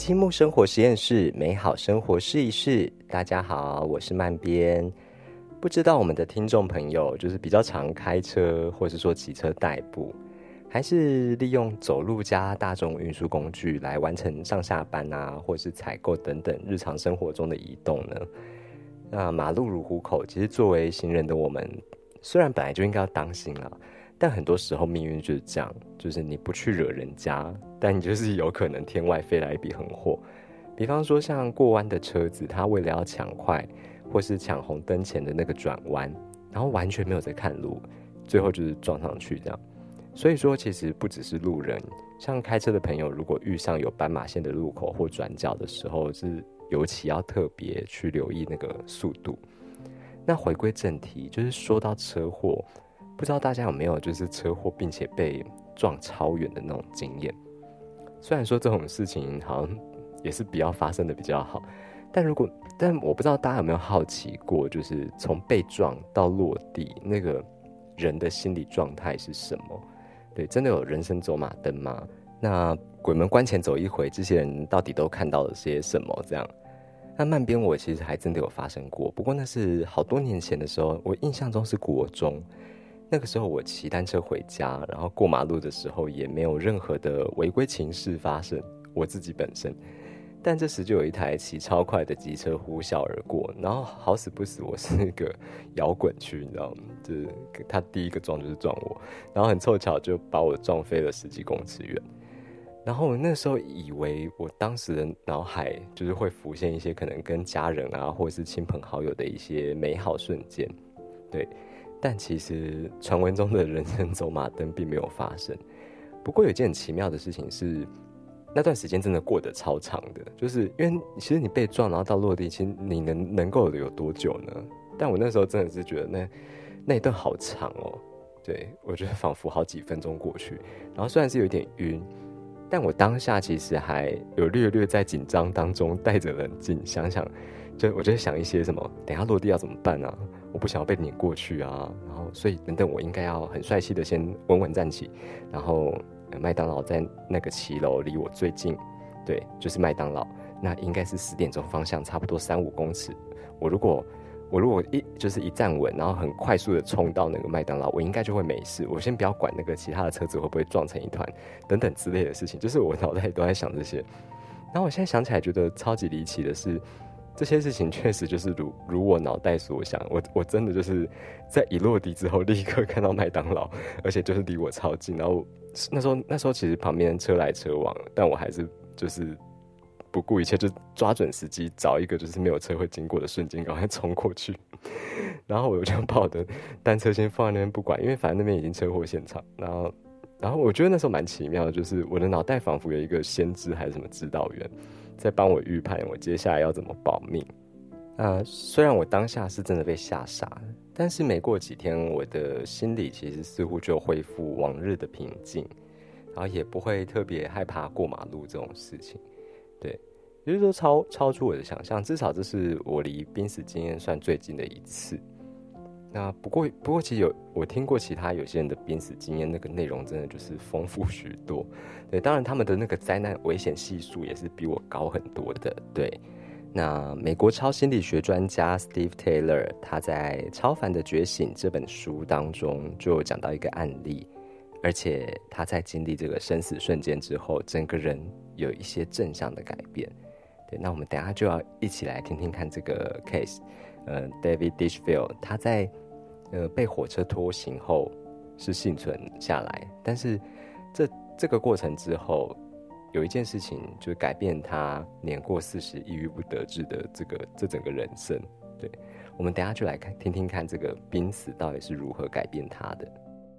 积木生活实验室，美好生活试一试。大家好，我是曼边。不知道我们的听众朋友，就是比较常开车，或是说骑车代步，还是利用走路加大众运输工具来完成上下班啊，或是采购等等日常生活中的移动呢？那马路如虎口，其实作为行人的我们，虽然本来就应该要当心啦，但很多时候命运就是这样，就是你不去惹人家，但你就是有可能天外飞来一笔横祸。比方说像过弯的车子，它为了要抢快，或是抢红灯前的那个转弯，然后完全没有在看路，最后就是撞上去这样。所以说其实不只是路人，像开车的朋友，如果遇上有斑马线的路口或转角的时候，是尤其要特别去留意那个速度。那回归正题，就是说到车祸，不知道大家有没有就是车祸并且被撞超远的那种经验？虽然说这种事情好像也是不要发生的比较好，但我不知道大家有没有好奇过，就是从被撞到落地，那个人的心理状态是什么？对，真的有人生走马灯吗？那鬼门关前走一回，这些人到底都看到了些什么？这样，那漫边我其实还真的有发生过，不过那是好多年前的时候，我印象中是国中。那个时候我骑单车回家，然后过马路的时候也没有任何的违规情事发生，我自己本身。但这时就有一台骑超快的机车呼啸而过，然后好死不死我是那个摇滚区，你知道吗？就是他第一个撞就是撞我，然后很凑巧就把我撞飞了10几公尺远。然后我那时候以为我当时的脑海就是会浮现一些可能跟家人啊或者是亲朋好友的一些美好瞬间，对，但其实传闻中的人生走马灯并没有发生。不过有一件很奇妙的事情是，那段时间真的过得超长的，就是因为其实你被撞然后到落地，其实你能够有多久呢？但我那时候真的是觉得那一段好长哦，对，我觉得仿佛好几分钟过去，然后虽然是有点晕，但我当下其实还有略在紧张当中带着冷静想想，我就想一些什么等一下落地要怎么办啊，我不想要被碾过去啊，然后所以等等我应该要很帅气的先稳稳站起，然后麦当劳在那个骑楼离我最近，对，就是麦当劳，那应该是10点钟方向，差不多3-5公尺。我如果一站稳，然后很快速的冲到那个麦当劳，我应该就会没事。我先不要管那个其他的车子会不会撞成一团等等之类的事情，就是我脑袋都在想这些。然后我现在想起来觉得超级离奇的是，这些事情确实就是如我脑袋所想，我真的就是在一落地之后立刻看到麦当劳，而且就是离我超近。然后那时候其实旁边车来车往，但我还是就是不顾一切，就抓准时机，找一个就是没有车会经过的瞬间，赶快冲过去。然后我就把我的单车先放在那边不管，因为反正那边已经车祸现场。然后我觉得那时候蛮奇妙的，就是我的脑袋仿佛有一个先知还是什么指导员，在帮我预判我接下来要怎么保命。虽然我当下是真的被吓傻了，但是没过几天，我的心里其实似乎就恢复往日的平静，然后也不会特别害怕过马路这种事情。对，也就是说超出我的想象，至少这是我离濒死经验算最近的一次。那不过其实我听过其他有些人的濒死经验，那个内容真的就是丰富许多。对，当然他们的那个灾难危险系数也是比我高很多的。对，那美国超心理学专家 Steve Taylor 他在《超凡的觉醒》这本书当中就有讲到一个案例，而且他在经历这个生死瞬间之后，整个人有一些正向的改变。对，那我们等一下就要一起来听听看这个 case。David Ditchfield 他在被火车拖行后是幸存下来，但是这个过程之后，有一件事情就改变他年过40抑郁不得志的这整个人生。对，我们等一下就来听听看这个濒死到底是如何改变他的。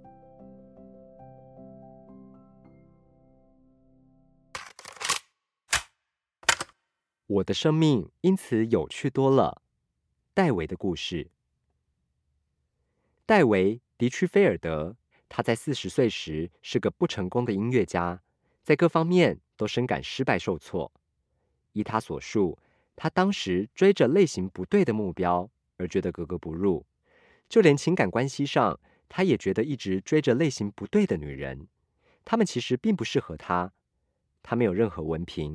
我的生命因此有趣多了。戴维的故事。戴维·迪区菲尔德，他在40岁时是个不成功的音乐家，在各方面都深感失败受挫。依他所述，他当时追着类型不对的目标而觉得格格不入，就连情感关系上，他也觉得一直追着类型不对的女人，她们其实并不适合他。他没有任何文凭，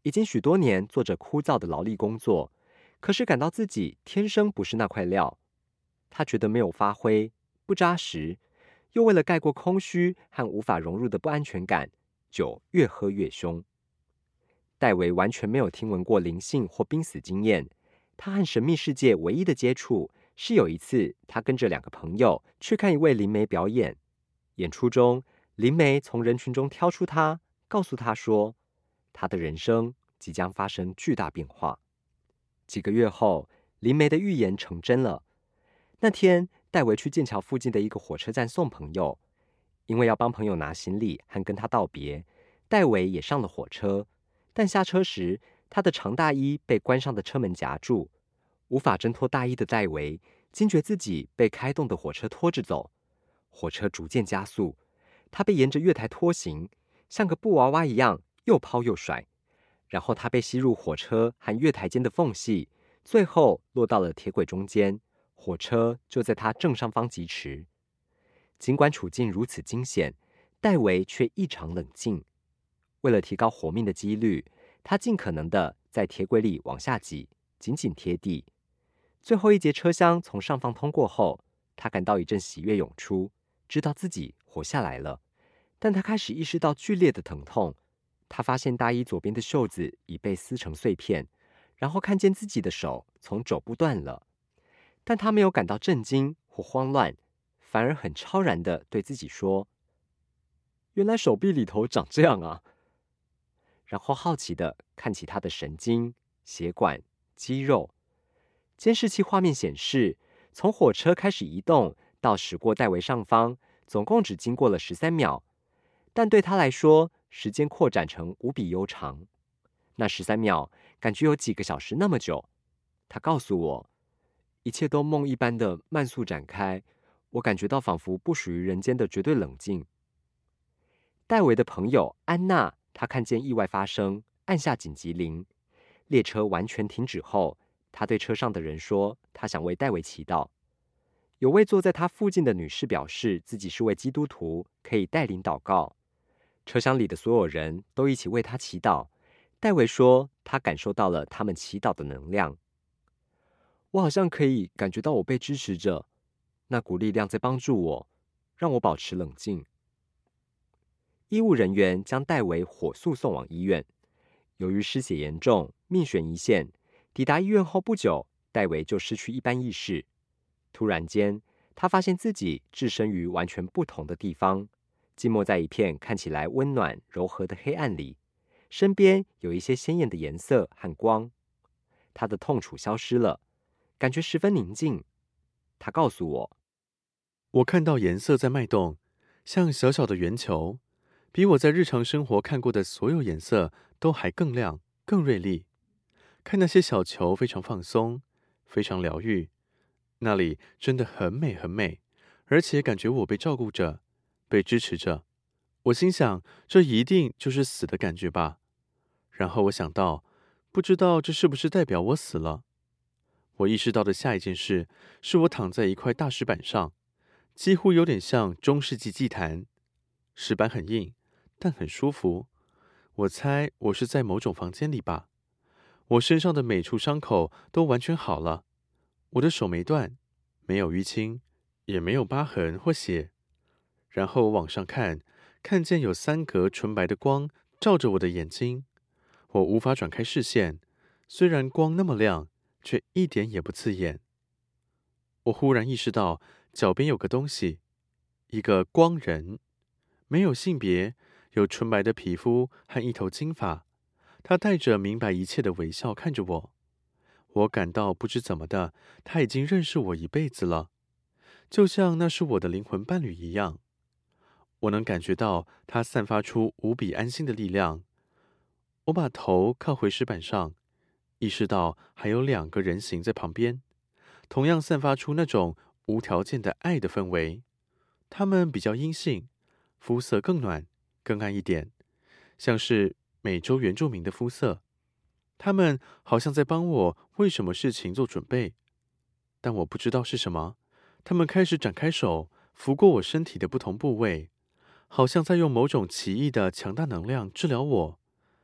已经许多年做着枯燥的劳力工作，可是感到自己天生不是那块料。他觉得没有发挥，不扎实，又为了盖过空虚和无法融入的不安全感，酒越喝越凶。戴维完全没有听闻过灵性或濒死经验，他和神秘世界唯一的接触是有一次他跟着2个朋友去看一位灵媒表演。演出中，灵媒从人群中挑出他，告诉他说，他的人生即将发生巨大变化。几个月后，灵媒的预言成真了。那天，戴维去剑桥附近的一个火车站送朋友，因为要帮朋友拿行李和跟他道别，戴维也上了火车。但下车时，他的长大衣被关上的车门夹住，无法挣脱大衣的戴维惊觉自己被开动的火车拖着走。火车逐渐加速，他被沿着月台拖行，像个布娃娃一样又抛又甩。然后他被吸入火车和月台间的缝隙，最后落到了铁轨中间，火车就在他正上方疾驰。尽管处境如此惊险，戴维却异常冷静。为了提高活命的几率，他尽可能的在铁轨里往下挤，紧紧贴地。最后一节车厢从上方通过后，他感到一阵喜悦涌出，知道自己活下来了。但他开始意识到剧烈的疼痛。他发现大衣左边的袖子已被撕成碎片，然后看见自己的手从肘部断了。但他没有感到震惊或慌乱，反而很超然地对自己说：原来手臂里头长这样啊。然后好奇地看起他的神经、血管、肌肉。监视器画面显示，从火车开始移动到驶过戴维上方，总共只经过了13秒，但对他来说，时间扩展成无比悠长。那13秒感觉有几个小时那么久。他告诉我，一切都梦一般的慢速展开，我感觉到仿佛不属于人间的绝对冷静。戴维的朋友安娜，她看见意外发生，按下紧急铃。列车完全停止后，她对车上的人说，她想为戴维祈祷。有位坐在她附近的女士表示自己是位基督徒，可以带领祷告。车厢里的所有人都一起为他祈祷。戴维说，他感受到了他们祈祷的能量。我好像可以感觉到我被支持着，那股力量在帮助我，让我保持冷静。医务人员将戴维火速送往医院。由于失血严重，命悬一线。抵达医院后不久，戴维就失去一般意识。突然间，他发现自己置身于完全不同的地方，浸没在一片看起来温暖柔和的黑暗里，身边有一些鲜艳的颜色和光。他的痛楚消失了，感觉十分宁静。他告诉我， 我看到颜色在脉动，像小小的圆球，比我在日常生活看过的所有颜色都还更亮、更锐利。看那些小球非常放松，非常疗愈，那里真的很美很美，而且感觉我被照顾着，被支持着。我心想，这一定就是死的感觉吧。然后我想到，不知道这是不是代表我死了。我意识到的下一件事，是我躺在一块大石板上，几乎有点像中世纪祭坛。石板很硬，但很舒服。我猜我是在某种房间里吧。我身上的每处伤口都完全好了，我的手没断，没有淤青，也没有疤痕或血。然后我往上看，看见有3格纯白的光照着我的眼睛，我无法转开视线，虽然光那么亮，却一点也不刺眼。我忽然意识到脚边有个东西，一个光人，没有性别，有纯白的皮肤和一头金发。他带着明白一切的微笑看着我，我感到不知怎么的，他已经认识我一辈子了，就像那是我的灵魂伴侣一样。我能感觉到他散发出无比安心的力量。我把头靠回石板上，意识到还有2个人形在旁边，同样散发出那种无条件的爱的氛围。他们比较阴性，肤色更暖、更暗一点，像是美洲原住民的肤色。他们好像在帮我为什么事情做准备，但我不知道是什么。他们开始展开手，拂过我身体的不同部位，好像在用某种奇异的强大能量治疗我。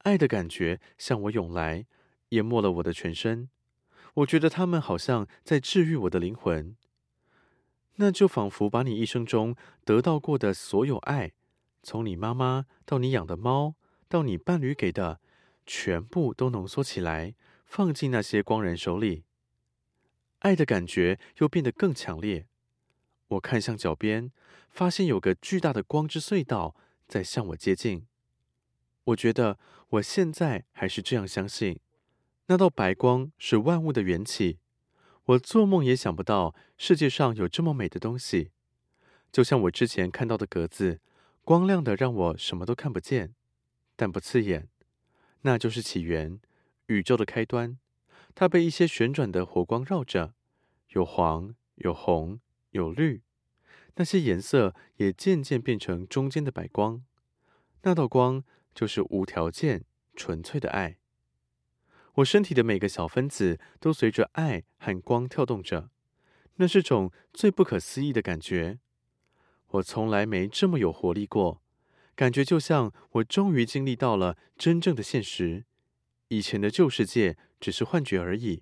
爱的感觉向我涌来，淹没了我的全身。我觉得他们好像在治愈我的灵魂。那就仿佛把你一生中得到过的所有爱，从你妈妈到你养的猫，到你伴侣给的，全部都浓缩起来，放进那些光人手里。爱的感觉又变得更强烈。我看向脚边，发现有个巨大的光之隧道在向我接近。我觉得我现在还是这样相信，那道白光是万物的缘起。我做梦也想不到世界上有这么美的东西，就像我之前看到的格子，光亮的让我什么都看不见，但不刺眼。那就是起源，宇宙的开端。它被一些旋转的火光绕着，有黄，有红，有绿，那些颜色也渐渐变成中间的白光。那道光就是无条件、纯粹的爱。我身体的每个小分子都随着爱和光跳动着，那是种最不可思议的感觉。我从来没这么有活力过，感觉就像我终于经历到了真正的现实，以前的旧世界只是幻觉而已。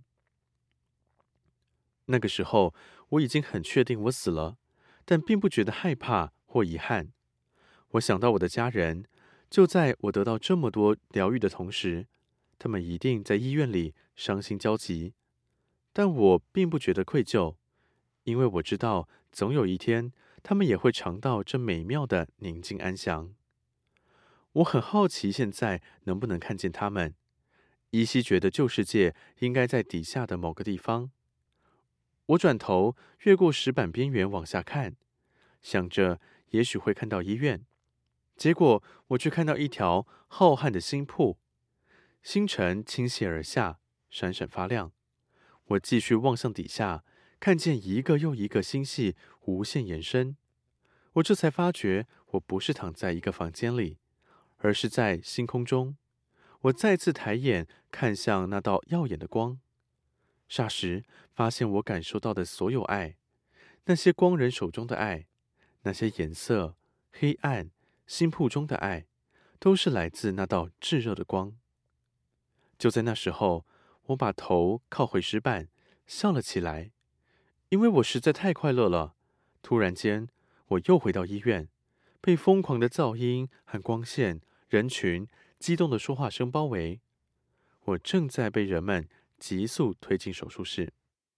那个时候，我已经很确定我死了，但并不觉得害怕或遗憾。我想到我的家人，就在我得到这么多疗愈的同时，他们一定在医院里伤心焦急。但我并不觉得愧疚，因为我知道总有一天，他们也会尝到这美妙的宁静安详。我很好奇现在能不能看见他们，依稀觉得旧世界应该在底下的某个地方。我转头越过石板边缘往下看，想着也许会看到医院。结果我却看到一条浩瀚的星瀑，星辰倾泻而下，闪闪发亮。我继续望向底下，看见一个又一个星系无限延伸。我这才发觉，我不是躺在一个房间里，而是在星空中。我再次抬眼看向那道耀眼的光，霎时发现我感受到的所有爱，那些光人手中的爱，那些颜色、黑暗、星瀑中的爱，都是来自那道炙热的光。就在那时候，我把头靠回石板，笑了起来，因为我实在太快乐了。突然间，我又回到医院，被疯狂的噪音和光线、人群、激动的说话声包围。我正在被人们急速推进手术室。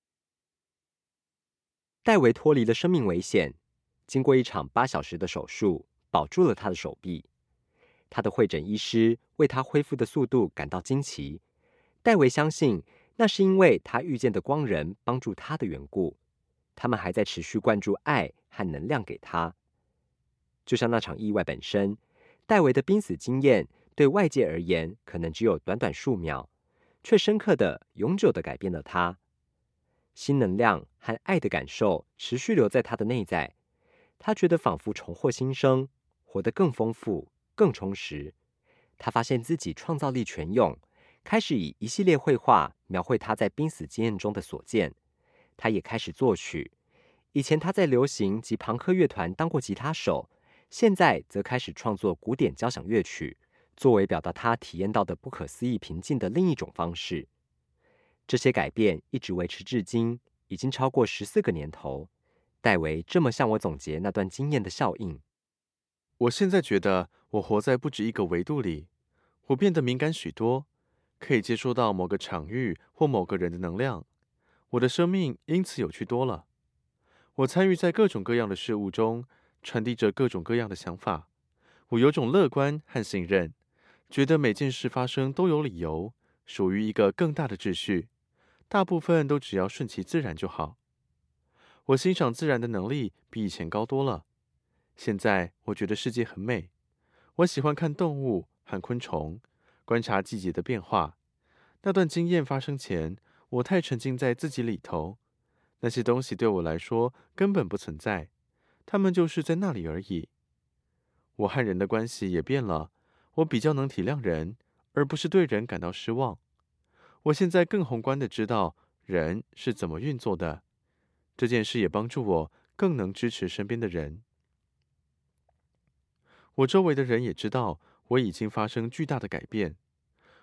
戴维脱离了生命危险，经过一场8小时的手术，保住了他的手臂。他的会诊医师为他恢复的速度感到惊奇。戴维相信，那是因为他遇见的光人帮助他的缘故。他们还在持续灌注爱和能量给他。就像那场意外本身，戴维的濒死经验对外界而言可能只有短短数秒，却深刻的、永久的改变了他。新能量和爱的感受持续留在他的内在，他觉得仿佛重获新生，活得更丰富、更充实。他发现自己创造力全涌，开始以一系列绘画描绘他在濒死经验中的所见。他也开始作曲。以前他在流行及朋克乐团当过吉他手，现在则开始创作古典交响乐曲，作为表达他体验到的不可思议平静的另一种方式。这些改变一直维持至今，已经超过14个年头。戴维这么向我总结那段经验的效应。 我现在觉得我活在不止一个维度里，我变得敏感许多，可以接触到某个场域或某个人的能量，我的生命因此有趣多了。我参与在各种各样的事物中，传递着各种各样的想法。我有种乐观和信任，觉得每件事发生都有理由，属于一个更大的秩序，大部分都只要顺其自然就好。我欣赏自然的能力比以前高多了。现在我觉得世界很美，我喜欢看动物和昆虫，观察季节的变化。那段经验发生前，我太沉浸在自己里头，那些东西对我来说根本不存在，它们就是在那里而已。我和人的关系也变了，我比较能体谅人，而不是对人感到失望。我现在更宏观地知道人是怎么运作的，这件事也帮助我更能支持身边的人。我周围的人也知道我已经发生巨大的改变，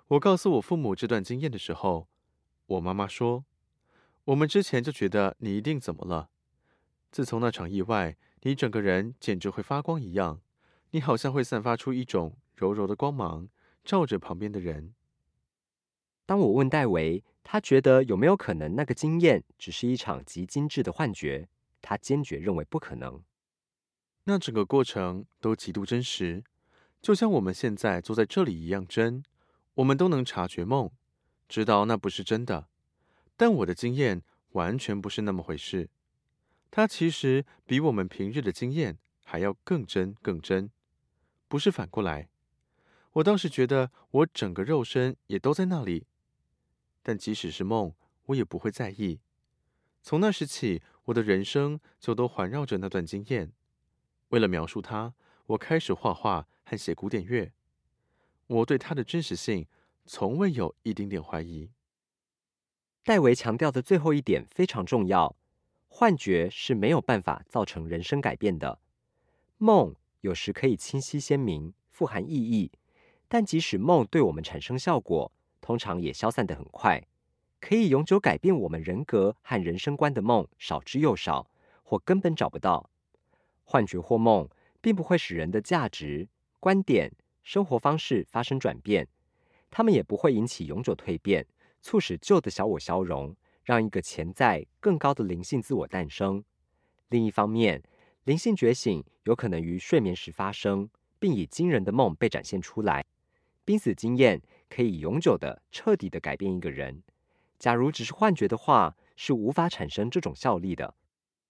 我告诉我父母这段经验的时候，我妈妈说：“我们之前就觉得你一定怎么了。自从那场意外，你整个人简直会发光一样，你好像会散发出一种柔柔的光芒，照着旁边的人。” 当我问戴维，他觉得有没有可能那个经验只是一场极精致的幻觉，他坚决认为不可能。 那整个过程都极度真实，就像我们现在坐在这里一样真。我们都能察觉梦，知道那不是真的。但我的经验完全不是那么回事，它其实比我们平日的经验还要更真更真，不是反过来。我当时觉得我整个肉身也都在那里，但即使是梦，我也不会在意。从那时起，我的人生就都环绕着那段经验。为了描述它，我开始画画和写古典乐。我对它的真实性从未有一丁点怀疑。 戴维强调的最后一点非常重要，幻觉是没有办法造成人生改变的。梦有时可以清晰鲜明，富含意义，但即使梦对我们产生效果，通常也消散得很快。可以永久改变我们人格和人生观的梦少之又少，或根本找不到。幻觉或梦并不会使人的价值、观点、生活方式发生转变，它们也不会引起永久蜕变，促使旧的小我消融，让一个潜在更高的灵性自我诞生。另一方面，灵性觉醒有可能于睡眠时发生，并以惊人的梦被展现出来。濒死经验可以永久的、彻底的改变一个人。假如只是幻觉的话，是无法产生这种效力的。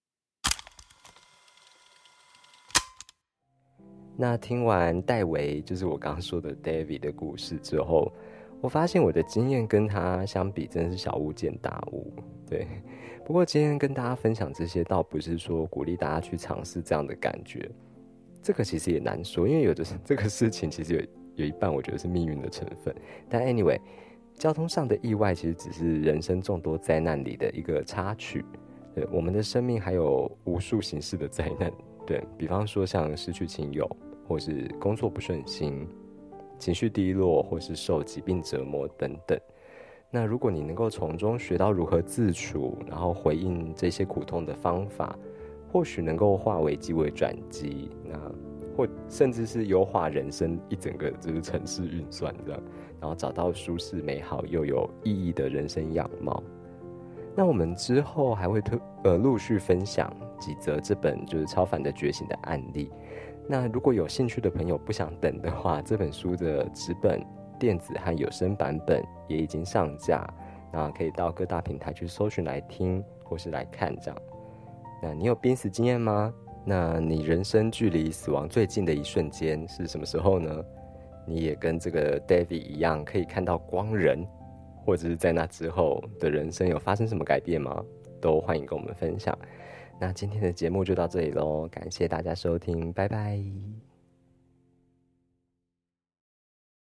那听完戴维，就是我刚刚说的 David 的故事之后，我发现我的经验跟他相比真的是小巫见大巫。对，不过今天跟大家分享这些，倒不是说鼓励大家去尝试这样的感觉，这个其实也难说，因为有的这个事情其实有一半我觉得是命运的成分。但 anyway， 交通上的意外其实只是人生众多灾难里的一个插曲。对，我们的生命还有无数形式的灾难。对，比方说像失去亲友，或是工作不顺心，情绪低落，或是受疾病折磨等等。那如果你能够从中学到如何自处，然后回应这些苦痛的方法，或许能够化危机为转机，那或甚至是优化人生一整个就是程式运算这样，然后找到舒适美好又有意义的人生样貌。那我们之后还会陆续分享几则这本就是超凡的觉醒的案例。那如果有兴趣的朋友不想等的话，这本书的纸本、电子和有声版本也已经上架，那可以到各大平台去搜寻来听或是来看这样。那你有濒死经验吗？那你人生距离死亡最近的一瞬间是什么时候呢？你也跟这个 David 一样可以看到光人，或者是在那之后的人生有发生什么改变吗？都欢迎跟我们分享。那今天的节目就到这里咯，感谢大家收听，拜拜。